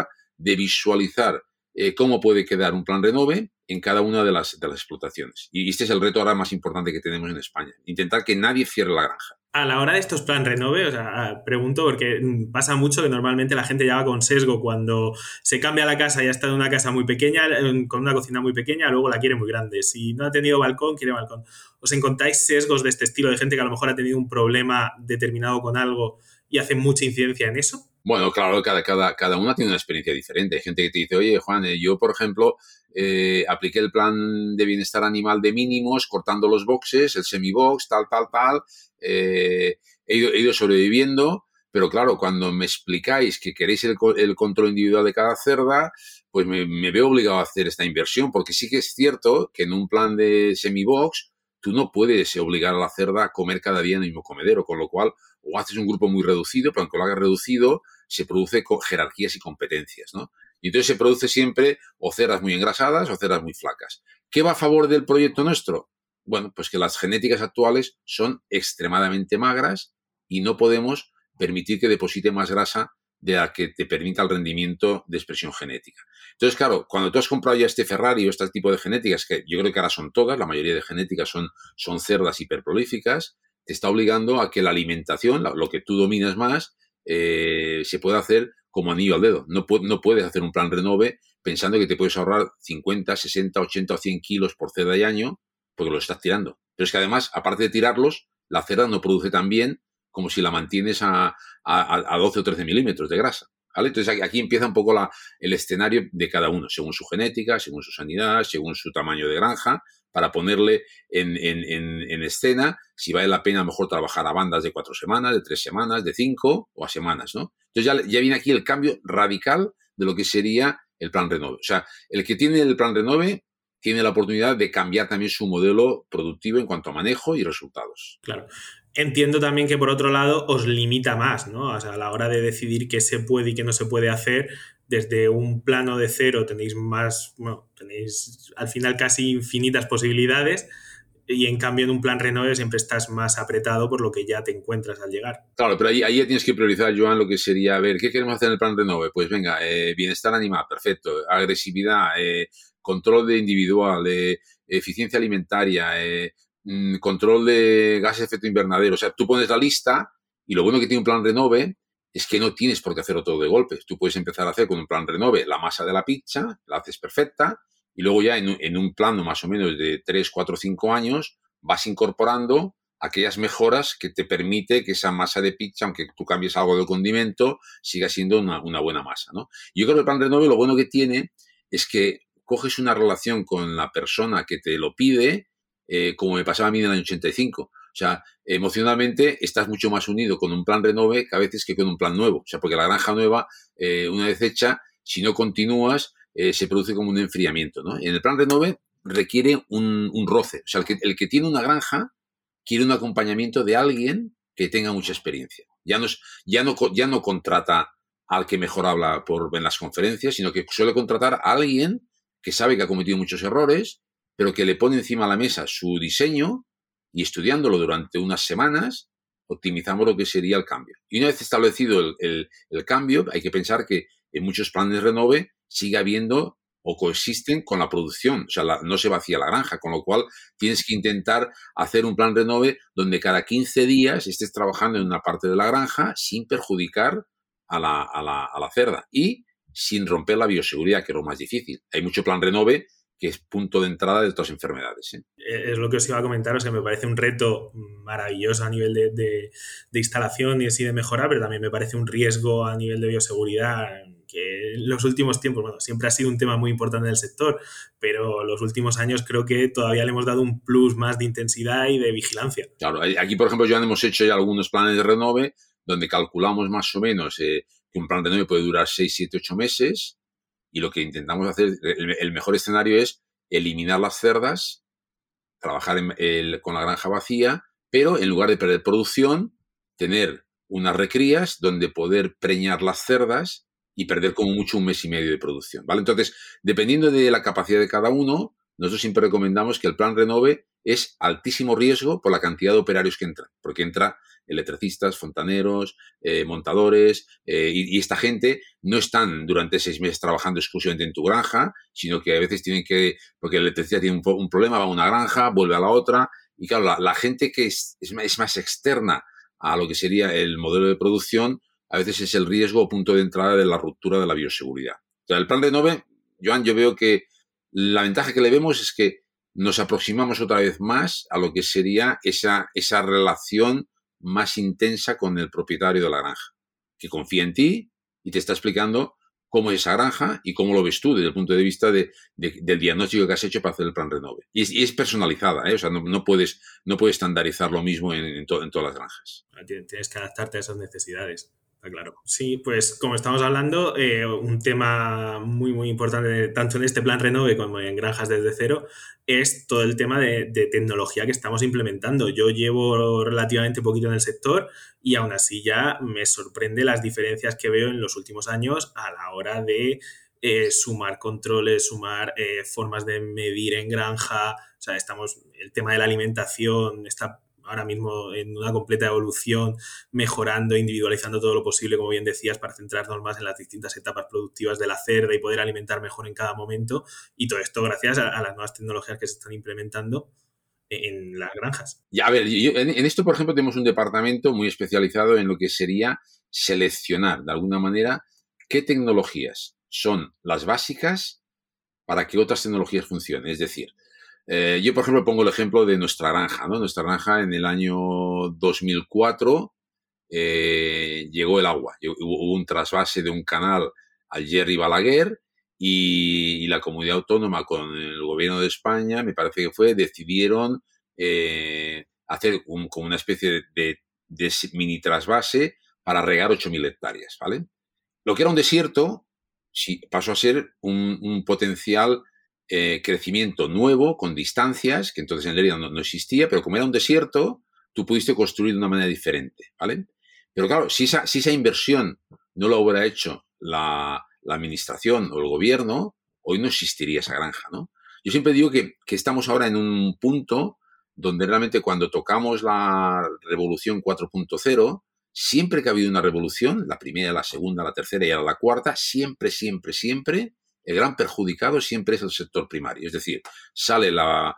de visualizar cómo puede quedar un Plan Renove en cada una de las explotaciones. Y este es el reto ahora más importante que tenemos en España, intentar que nadie cierre la granja. A la hora de estos Plan Renove, o sea, pregunto porque pasa mucho que normalmente la gente ya va con sesgo cuando se cambia la casa y ha estado en una casa muy pequeña, con una cocina muy pequeña, luego la quiere muy grande. Si no ha tenido balcón, quiere balcón. ¿Os encontráis sesgos de este estilo de gente que a lo mejor ha tenido un problema determinado con algo y hace mucha incidencia en eso? Bueno, claro, cada una tiene una experiencia diferente. Hay gente que te dice, oye, Juan, yo, por ejemplo, apliqué el plan de bienestar animal de mínimos, cortando los boxes, el semi-box, tal. He ido sobreviviendo, pero claro, cuando me explicáis que queréis el control individual de cada cerda, pues me veo obligado a hacer esta inversión, porque sí que es cierto que en un plan de semi-box tú no puedes obligar a la cerda a comer cada día en el mismo comedero, con lo cual o haces un grupo muy reducido, pero aunque lo hagas reducido, se produce jerarquías y competencias, ¿no? Y entonces se produce siempre o cerdas muy engrasadas o cerdas muy flacas. ¿Qué va a favor del proyecto nuestro? Bueno, pues que las genéticas actuales son extremadamente magras y no podemos permitir que deposite más grasa de la que te permita el rendimiento de expresión genética. Entonces, claro, cuando tú has comprado ya este Ferrari o este tipo de genéticas, que yo creo que ahora son todas, la mayoría de genéticas son cerdas hiperprolíficas, te está obligando a que la alimentación, lo que tú dominas más, se pueda hacer como anillo al dedo. No puedes hacer un plan Renove pensando que te puedes ahorrar 50, 60, 80 o 100 kilos por cerda y año porque lo estás tirando. Pero es que además, aparte de tirarlos, la cerda no produce tan bien como si la mantienes a 12 o 13 milímetros de grasa, ¿vale? Entonces aquí empieza un poco el escenario de cada uno, según su genética, según su sanidad, según su tamaño de granja, para ponerle en escena si vale la pena a lo mejor trabajar a bandas de 4 semanas, de 3 semanas, de 5 o a semanas, ¿no? Entonces ya viene aquí el cambio radical de lo que sería el plan Renove. O sea, el que tiene el plan Renove tiene la oportunidad de cambiar también su modelo productivo en cuanto a manejo y resultados. Claro. Entiendo también que, por otro lado, os limita más, ¿no? O sea, a la hora de decidir qué se puede y qué no se puede hacer, desde un plano de cero tenéis al final casi infinitas posibilidades, y en cambio en un plan Renove siempre estás más apretado por lo que ya te encuentras al llegar. Claro, pero ahí ya tienes que priorizar, Joan, lo que sería, a ver, ¿qué queremos hacer en el plan Renove? Pues venga, bienestar animal, perfecto, agresividad, control de individual, eficiencia alimentaria, control de gases de efecto invernadero. O sea, tú pones la lista y lo bueno que tiene un plan Renove es que no tienes por qué hacerlo todo de golpe. Tú puedes empezar a hacer con un plan Renove la masa de la pizza, la haces perfecta y luego ya en un plano más o menos de 3, 4, 5 años vas incorporando aquellas mejoras que te permite que esa masa de pizza, aunque tú cambies algo de condimento, siga siendo una buena masa, ¿no? Y yo creo que el plan Renove lo bueno que tiene es que coges una relación con la persona que te lo pide, como me pasaba a mí en el año 85. O sea, emocionalmente estás mucho más unido con un plan Renove que a veces que con un plan nuevo. O sea, porque la granja nueva, una vez hecha, si no continúas, se produce como un enfriamiento, ¿no? En el plan Renove requiere un roce. O sea, el que tiene una granja quiere un acompañamiento de alguien que tenga mucha experiencia. Ya no contrata al que mejor habla en las conferencias, sino que suele contratar a alguien que sabe que ha cometido muchos errores, pero que le pone encima de la mesa su diseño y estudiándolo durante unas semanas, optimizamos lo que sería el cambio. Y una vez establecido el cambio, hay que pensar que en muchos planes Renove sigue habiendo o coexisten con la producción. O sea, no se vacía la granja, con lo cual tienes que intentar hacer un plan Renove donde cada 15 días estés trabajando en una parte de la granja sin perjudicar a la cerda y sin romper la bioseguridad, que es lo más difícil. Hay mucho plan Renove que es punto de entrada de otras enfermedades, ¿eh? Es lo que os iba a comentar, o sea, me parece un reto maravilloso a nivel de instalación y así de mejora, pero también me parece un riesgo a nivel de bioseguridad que en los últimos tiempos, bueno, siempre ha sido un tema muy importante del sector, pero los últimos años creo que todavía le hemos dado un plus más de intensidad y de vigilancia. Claro, aquí, por ejemplo, ya hemos hecho ya algunos planes de Renove donde calculamos más o menos que un plan Renove puede durar 6, 7, 8 meses. Y lo que intentamos hacer, el mejor escenario es eliminar las cerdas, trabajar con la granja vacía, pero en lugar de perder producción, tener unas recrías donde poder preñar las cerdas y perder como mucho 1 mes y medio de producción, ¿vale? Entonces, dependiendo de la capacidad de cada uno, nosotros siempre recomendamos que el plan Renove es altísimo riesgo por la cantidad de operarios que entran, porque entra electricistas, fontaneros, montadores, y esta gente no están durante 6 meses trabajando exclusivamente en tu granja, sino que a veces tienen que, porque el electricista tiene un problema, va a una granja, vuelve a la otra, y claro, la gente que es más externa a lo que sería el modelo de producción, a veces es el riesgo o punto de entrada de la ruptura de la bioseguridad. O sea, el plan Renove, Joan, yo veo que la ventaja que le vemos es que nos aproximamos otra vez más a lo que sería esa relación más intensa con el propietario de la granja, que confía en ti y te está explicando cómo es esa granja y cómo lo ves tú desde el punto de vista del diagnóstico que has hecho para hacer el plan Renove. Y es personalizada, ¿eh? O sea, no puedes estandarizar lo mismo en todas las granjas. Tienes que adaptarte a esas necesidades. Claro. Sí, pues como estamos hablando, un tema muy, muy importante, tanto en este plan Renove como en Granjas desde cero, es todo el tema de tecnología que estamos implementando. Yo llevo relativamente poquito en el sector y aún así ya me sorprende las diferencias que veo en los últimos años a la hora de sumar controles, sumar formas de medir en granja. O sea, el tema de la alimentación está ahora mismo en una completa evolución, mejorando, individualizando todo lo posible, como bien decías, para centrarnos más en las distintas etapas productivas de la cerda y poder alimentar mejor en cada momento. Y todo esto gracias a las nuevas tecnologías que se están implementando en las granjas. Ya, a ver, en esto, por ejemplo, tenemos un departamento muy especializado en lo que sería seleccionar, de alguna manera, qué tecnologías son las básicas para que otras tecnologías funcionen. Es decir, yo, por ejemplo, pongo el ejemplo de nuestra granja, ¿no? Nuestra granja en el año 2004 llegó el agua. Hubo un trasvase de un canal al Jerry Balaguer y la comunidad autónoma con el gobierno de España, me parece que fue, decidieron hacer como una especie de mini trasvase para regar 8.000 hectáreas, ¿vale? Lo que era un desierto pasó a ser un potencial crecimiento nuevo, con distancias, que entonces en Lérida no existía, pero como era un desierto, tú pudiste construir de una manera diferente, ¿vale? Pero claro, si esa inversión no la hubiera hecho la administración o el gobierno, hoy no existiría esa granja, ¿no? Yo siempre digo que estamos ahora en un punto donde realmente cuando tocamos la revolución 4.0, siempre que ha habido una revolución, la primera, la segunda, la tercera y ahora la cuarta, siempre, el gran perjudicado siempre es el sector primario. Es decir, sale la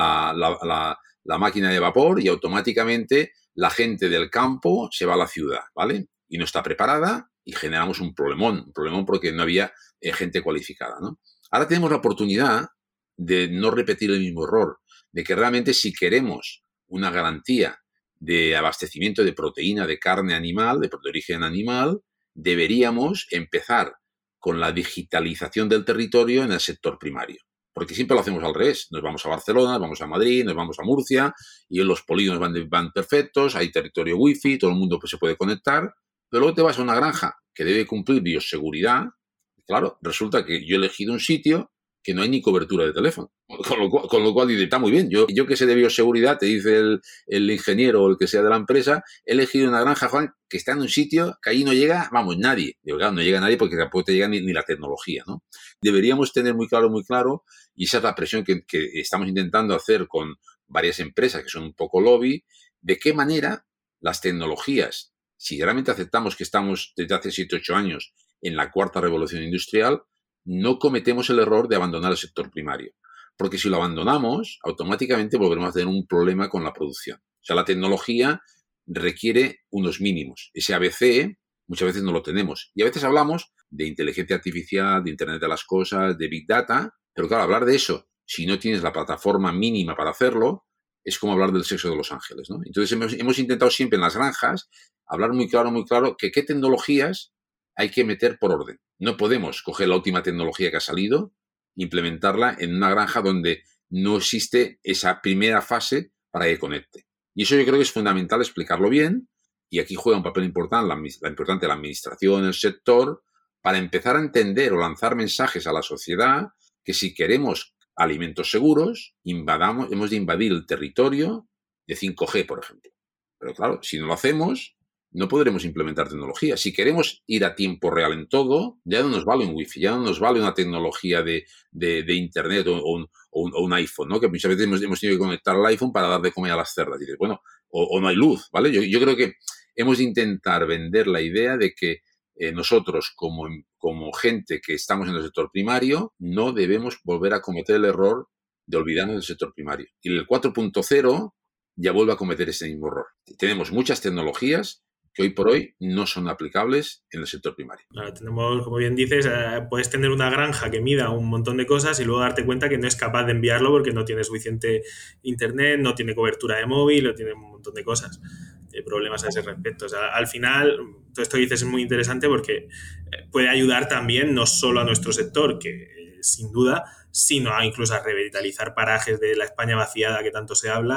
máquina de vapor y automáticamente la gente del campo se va a la ciudad, ¿vale? Y no está preparada y generamos un problemón porque no había gente cualificada, ¿no? Ahora tenemos la oportunidad de no repetir el mismo error, de que realmente si queremos una garantía de abastecimiento de proteína de carne animal, de origen animal, deberíamos empezar con la digitalización del territorio en el sector primario. Porque siempre lo hacemos al revés. Nos vamos a Barcelona, nos vamos a Madrid, nos vamos a Murcia y los polígonos van perfectos, hay territorio wifi, todo el mundo se puede conectar, pero luego te vas a una granja que debe cumplir bioseguridad. Claro, resulta que yo he elegido un sitio que no hay ni cobertura de teléfono. Con lo cual dice, está muy bien. Yo que sé de bioseguridad, te dice el ingeniero o el que sea de la empresa, he elegido una granja, Juan, que está en un sitio que ahí no llega, vamos, nadie. Digo, claro, no llega nadie porque tampoco te llega ni la tecnología, ¿no? Deberíamos tener muy claro, y esa es la presión que estamos intentando hacer con varias empresas que son un poco lobby, de qué manera las tecnologías, si realmente aceptamos que estamos desde hace 7-8 años en la cuarta revolución industrial, no cometemos el error de abandonar el sector primario. Porque si lo abandonamos, automáticamente volveremos a tener un problema con la producción. O sea, la tecnología requiere unos mínimos. Ese ABC muchas veces no lo tenemos. Y a veces hablamos de inteligencia artificial, de Internet de las cosas, de Big Data, pero claro, hablar de eso, si no tienes la plataforma mínima para hacerlo, es como hablar del sexo de los ángeles, ¿no? Entonces hemos intentado siempre en las granjas hablar muy claro que qué tecnologías hay que meter por orden. No podemos coger la última tecnología que ha salido, implementarla en una granja donde no existe esa primera fase para que conecte. Y eso yo creo que es fundamental explicarlo bien, y aquí juega un papel importante la administración, el sector, para empezar a entender o lanzar mensajes a la sociedad que si queremos alimentos seguros, hemos de invadir el territorio de 5G, por ejemplo. Pero claro, si no lo hacemos, no podremos implementar tecnología. Si queremos ir a tiempo real en todo, ya no nos vale un wifi, ya no nos vale una tecnología de internet o un iPhone, ¿no? Que muchas veces hemos tenido que conectar el iPhone para dar de comer a las cerdas. Y dices, bueno, o no hay luz, ¿vale? Yo creo que hemos de intentar vender la idea de que nosotros, como gente que estamos en el sector primario, no debemos volver a cometer el error de olvidarnos del sector primario. Y el 4.0 ya vuelve a cometer ese mismo error. Tenemos muchas tecnologías que hoy por hoy no son aplicables en el sector primario. Claro, tenemos, como bien dices, puedes tener una granja que mida un montón de cosas y luego darte cuenta que no es capaz de enviarlo porque no tiene suficiente internet, no tiene cobertura de móvil, no tiene un montón de cosas, problemas a ese respecto. O sea, al final, todo esto que dices es muy interesante porque puede ayudar también no solo a nuestro sector, que sin duda, sino incluso a revitalizar parajes de la España vaciada que tanto se habla,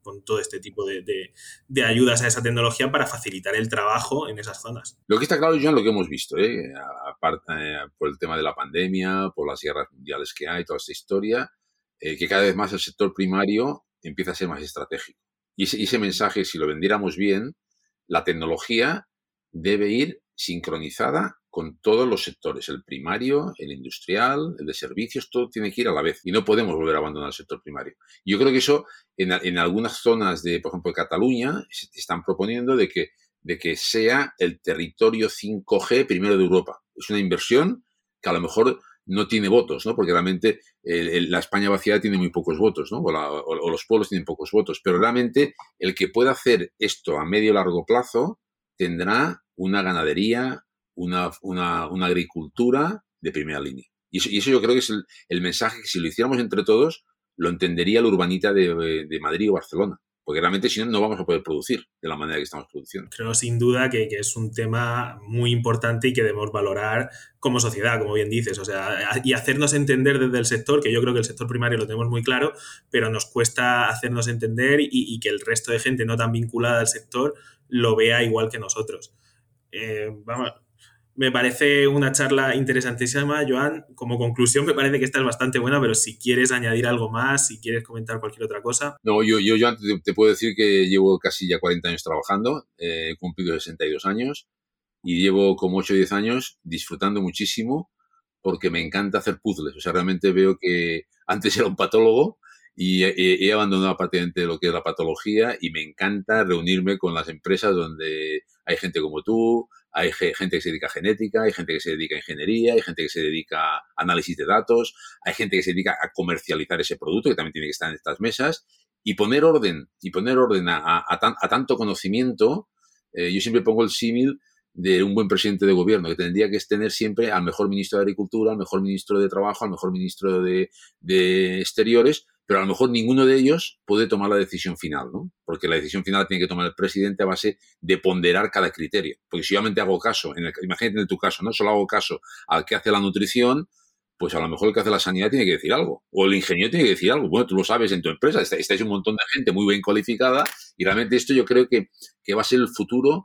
con todo este tipo de ayudas a esa tecnología para facilitar el trabajo en esas zonas. Lo que está claro, Joan, lo que hemos visto, aparte por el tema de la pandemia, por las guerras mundiales que hay, toda esta historia, que cada vez más el sector primario empieza a ser más estratégico. Y ese mensaje, si lo vendiéramos bien, la tecnología debe ir sincronizada con todos los sectores, el primario, el industrial, el de servicios, todo tiene que ir a la vez y no podemos volver a abandonar el sector primario. Yo creo que eso en algunas zonas de, por ejemplo, de Cataluña, se están proponiendo de que sea el territorio 5G primero de Europa. Es una inversión que a lo mejor no tiene votos, ¿no? Porque realmente la España vaciada tiene muy pocos votos, ¿no? O los pueblos tienen pocos votos, pero realmente el que pueda hacer esto a medio o largo plazo tendrá una ganadería, una agricultura de primera línea. Y eso yo creo que es el mensaje que si lo hiciéramos entre todos, lo entendería el urbanita de Madrid o Barcelona. Porque realmente si no, no vamos a poder producir de la manera que estamos produciendo. Creo sin duda que es un tema muy importante y que debemos valorar como sociedad, como bien dices, o sea, y hacernos entender desde el sector, que yo creo que el sector primario lo tenemos muy claro, pero nos cuesta hacernos entender y que el resto de gente no tan vinculada al sector lo vea igual que nosotros. Vamos, me parece una charla interesantísima, Joan. Como conclusión, me parece que esta es bastante buena, pero si quieres añadir algo más, si quieres comentar cualquier otra cosa. No, yo Joan, te puedo decir que llevo casi ya 40 años trabajando, he cumplido 62 años y llevo como 8 o 10 años disfrutando muchísimo porque me encanta hacer puzzles. O sea, realmente veo que antes era un patólogo y he abandonado prácticamente lo que es la patología y me encanta reunirme con las empresas donde hay gente como tú, hay gente que se dedica a genética, hay gente que se dedica a ingeniería, hay gente que se dedica a análisis de datos, hay gente que se dedica a comercializar ese producto, que también tiene que estar en estas mesas, y poner orden a tanto conocimiento. Yo siempre pongo el símil de un buen presidente de gobierno, que tendría que tener siempre al mejor ministro de Agricultura, al mejor ministro de Trabajo, al mejor ministro de Exteriores, pero a lo mejor ninguno de ellos puede tomar la decisión final, ¿no? Porque la decisión final la tiene que tomar el presidente a base de ponderar cada criterio. Porque si yo solamente hago caso, imagínate en tu caso, ¿no? Solo hago caso al que hace la nutrición, pues a lo mejor el que hace la sanidad tiene que decir algo. O el ingeniero tiene que decir algo. Bueno, tú lo sabes en tu empresa, estáis un montón de gente muy bien cualificada y realmente esto yo creo que va a ser el futuro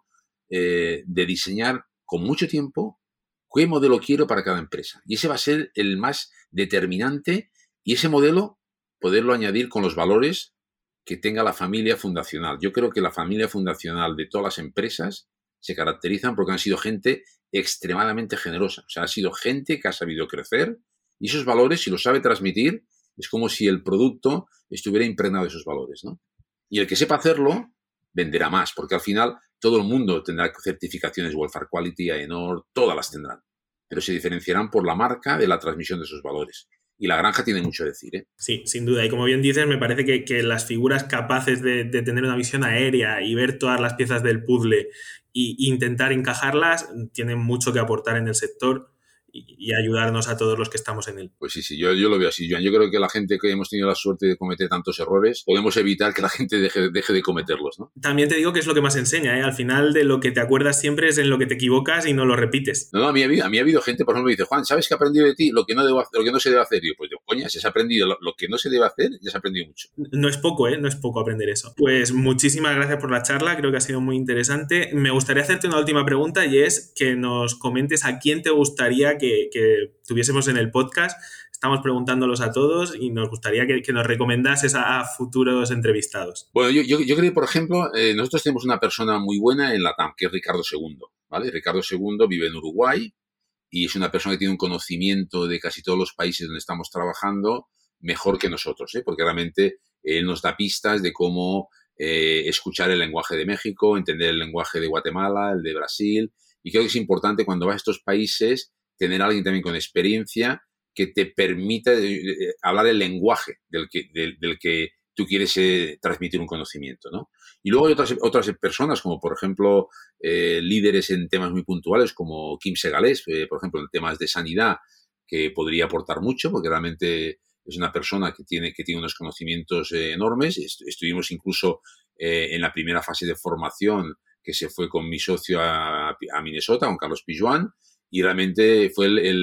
de diseñar con mucho tiempo qué modelo quiero para cada empresa. Y ese va a ser el más determinante y ese modelo poderlo añadir con los valores que tenga la familia fundacional. Yo creo que la familia fundacional de todas las empresas se caracterizan porque han sido gente extremadamente generosa. O sea, ha sido gente que ha sabido crecer y esos valores, si los sabe transmitir, es como si el producto estuviera impregnado de esos valores, ¿no? Y el que sepa hacerlo venderá más, porque al final todo el mundo tendrá certificaciones Welfare Quality, AENOR, todas las tendrán, pero se diferenciarán por la marca de la transmisión de esos valores. Y la granja tiene mucho que decir, ¿eh? Sí, sin duda. Y como bien dices, me parece que las figuras capaces de tener una visión aérea y ver todas las piezas del puzzle e intentar encajarlas tienen mucho que aportar en el sector y ayudarnos a todos los que estamos en él. Pues sí, yo lo veo así, Joan. Yo creo que la gente que hemos tenido la suerte de cometer tantos errores, podemos evitar que la gente deje de cometerlos, ¿no? También te digo que es lo que más enseña, ¿eh? Al final de lo que te acuerdas siempre es en lo que te equivocas y no lo repites. No, a mí ha habido gente, por ejemplo, que dice, Juan, ¿sabes que he aprendido de ti lo que no se debe hacer? Y yo, pues coña, si has aprendido lo que no se debe hacer, ya has aprendido mucho. No es poco, ¿eh? No es poco aprender eso. Pues muchísimas gracias por la charla, creo que ha sido muy interesante. Me gustaría hacerte una última pregunta y es que nos comentes a quién te gustaría que tuviésemos en el podcast. Estamos preguntándolos a todos y nos gustaría que nos recomendases a futuros entrevistados. Bueno, yo creo que, por ejemplo, nosotros tenemos una persona muy buena en la TAM, que es Ricardo II, ¿vale? Ricardo II vive en Uruguay y es una persona que tiene un conocimiento de casi todos los países donde estamos trabajando mejor que nosotros, ¿eh? Porque realmente él nos da pistas de cómo escuchar el lenguaje de México, entender el lenguaje de Guatemala, el de Brasil, y creo que es importante cuando vas a estos países tener a alguien también con experiencia que te permita hablar el lenguaje del que tú quieres transmitir un conocimiento, ¿no? Y luego hay otras personas, como por ejemplo líderes en temas muy puntuales, como Kim Segalés, por ejemplo, en temas de sanidad, que podría aportar mucho, porque realmente es una persona que tiene unos conocimientos enormes. Estuvimos incluso en la primera fase de formación que se fue con mi socio a Minnesota, con Carlos Pijuan, y realmente fue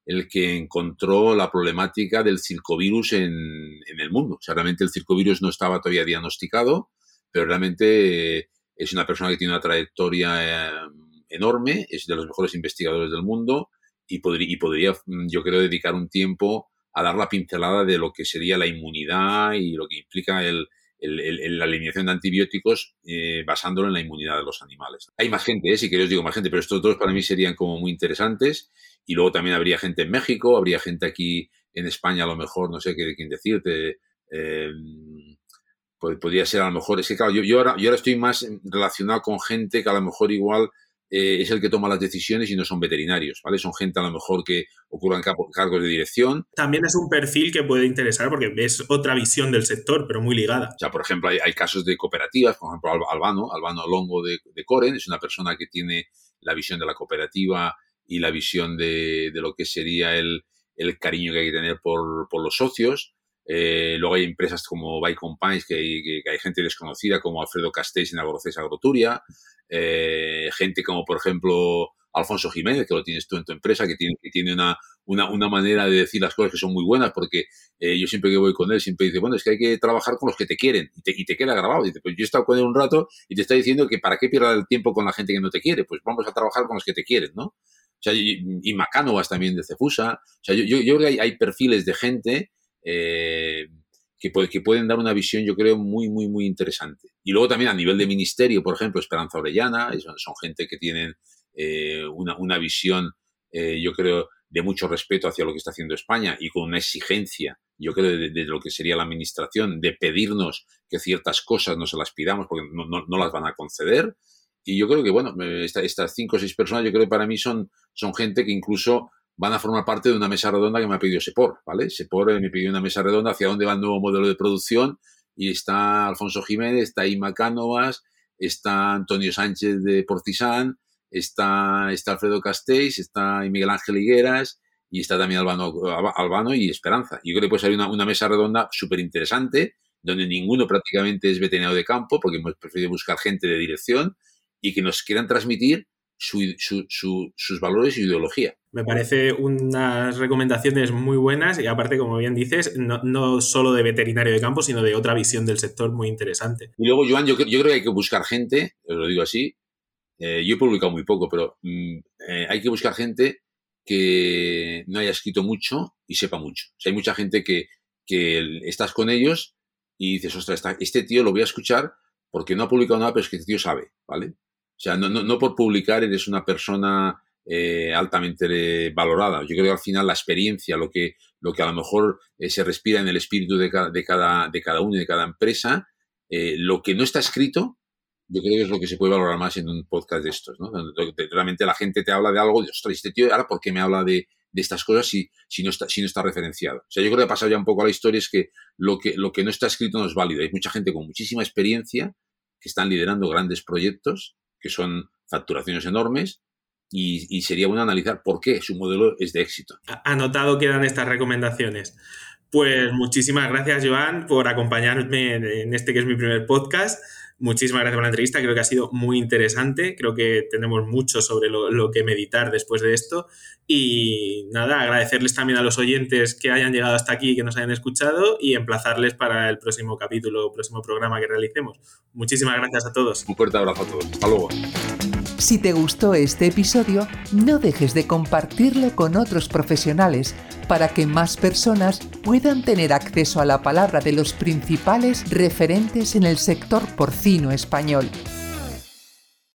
el que encontró la problemática del circovirus en el mundo. O sea, realmente el circovirus no estaba todavía diagnosticado, pero realmente es una persona que tiene una trayectoria enorme, es de los mejores investigadores del mundo y podría, yo creo, dedicar un tiempo a dar la pincelada de lo que sería la inmunidad y lo que implica la eliminación de antibióticos basándolo en la inmunidad de los animales. Hay más gente, si queréis digo más gente, pero estos dos para mí serían como muy interesantes. Y luego también habría gente en México, habría gente aquí en España, a lo mejor, no sé qué decirte. Podría ser a lo mejor, es que claro, yo ahora estoy más relacionado con gente que a lo mejor igual es el que toma las decisiones y no son veterinarios, ¿vale? Son gente a lo mejor que ocupan cargos de dirección. También es un perfil que puede interesar porque es otra visión del sector, pero muy ligada. O sea, por ejemplo, hay casos de cooperativas, por ejemplo, Albano Longo de Coren, es una persona que tiene la visión de la cooperativa y la visión de lo que sería el cariño que hay que tener por los socios. Luego hay empresas como By Companies, que hay gente desconocida como Alfredo Castells en Agrocesa Agroturia, gente como, por ejemplo, Alfonso Jiménez, que lo tienes tú en tu empresa, que tiene una manera de decir las cosas que son muy buenas, porque yo siempre que voy con él, siempre dice, bueno, es que hay que trabajar con los que te quieren, y te queda grabado. Dice, pues yo he estado con él un rato y te está diciendo que para qué pierdas el tiempo con la gente que no te quiere, pues vamos a trabajar con los que te quieren, ¿no? O sea, y Macánovas también de Cefusa. O sea, yo creo que hay perfiles de gente que pueden dar una visión, yo creo, muy, muy, muy interesante. Y luego también a nivel de ministerio, por ejemplo, Esperanza Orellana, son gente que tienen una visión, yo creo, de mucho respeto hacia lo que está haciendo España y con una exigencia, yo creo, de lo que sería la administración, de pedirnos que ciertas cosas no se las pidamos porque no las van a conceder. Y yo creo que, bueno, estas 5 o 6 personas, yo creo que para mí son gente que incluso van a formar parte de una mesa redonda que me ha pedido Sepor, ¿vale? Sepor me pidió una mesa redonda hacia dónde va el nuevo modelo de producción y está Alfonso Jiménez, está Ima Cánovas, está Antonio Sánchez de Portisán, está Alfredo Castells, está Miguel Ángel Higueras y está también Albano y Esperanza. Yo creo que puede salir una mesa redonda súper interesante donde ninguno prácticamente es veterinario de campo porque hemos preferido buscar gente de dirección y que nos quieran transmitir sus valores y ideología. Me parece unas recomendaciones muy buenas y aparte, como bien dices, no solo de veterinario de campo, sino de otra visión del sector muy interesante. Y luego, Joan, yo creo que hay que buscar gente, os lo digo así, yo he publicado muy poco, pero hay que buscar gente que no haya escrito mucho y sepa mucho. O sea, hay mucha gente que estás con ellos y dices, ostras, este tío lo voy a escuchar porque no ha publicado nada, pero es que este tío sabe, ¿vale? O sea, no por publicar eres una persona altamente valorada. Yo creo que al final la experiencia, lo que a lo mejor se respira en el espíritu de cada uno y de cada empresa, lo que no está escrito, yo creo que es lo que se puede valorar más en un podcast de estos, ¿no? Realmente la gente te habla de algo, de, ostras, este tío, ¿ahora por qué me habla de estas cosas si no está referenciado? O sea, yo creo que ha pasado ya un poco a la historia, es que lo que no está escrito no es válido. Hay mucha gente con muchísima experiencia que están liderando grandes proyectos que son facturaciones enormes y sería bueno analizar por qué su modelo es de éxito. Anotado quedan estas recomendaciones. Pues muchísimas gracias, Joan, por acompañarme en este que es mi primer podcast. Muchísimas gracias por la entrevista, creo que ha sido muy interesante, creo que tenemos mucho sobre lo que meditar después de esto y nada, agradecerles también a los oyentes que hayan llegado hasta aquí, que nos hayan escuchado y emplazarles para el próximo capítulo, próximo programa que realicemos. Muchísimas gracias a todos. Un fuerte abrazo a todos, hasta luego. Si te gustó este episodio, no dejes de compartirlo con otros profesionales para que más personas puedan tener acceso a la palabra de los principales referentes en el sector porcino español.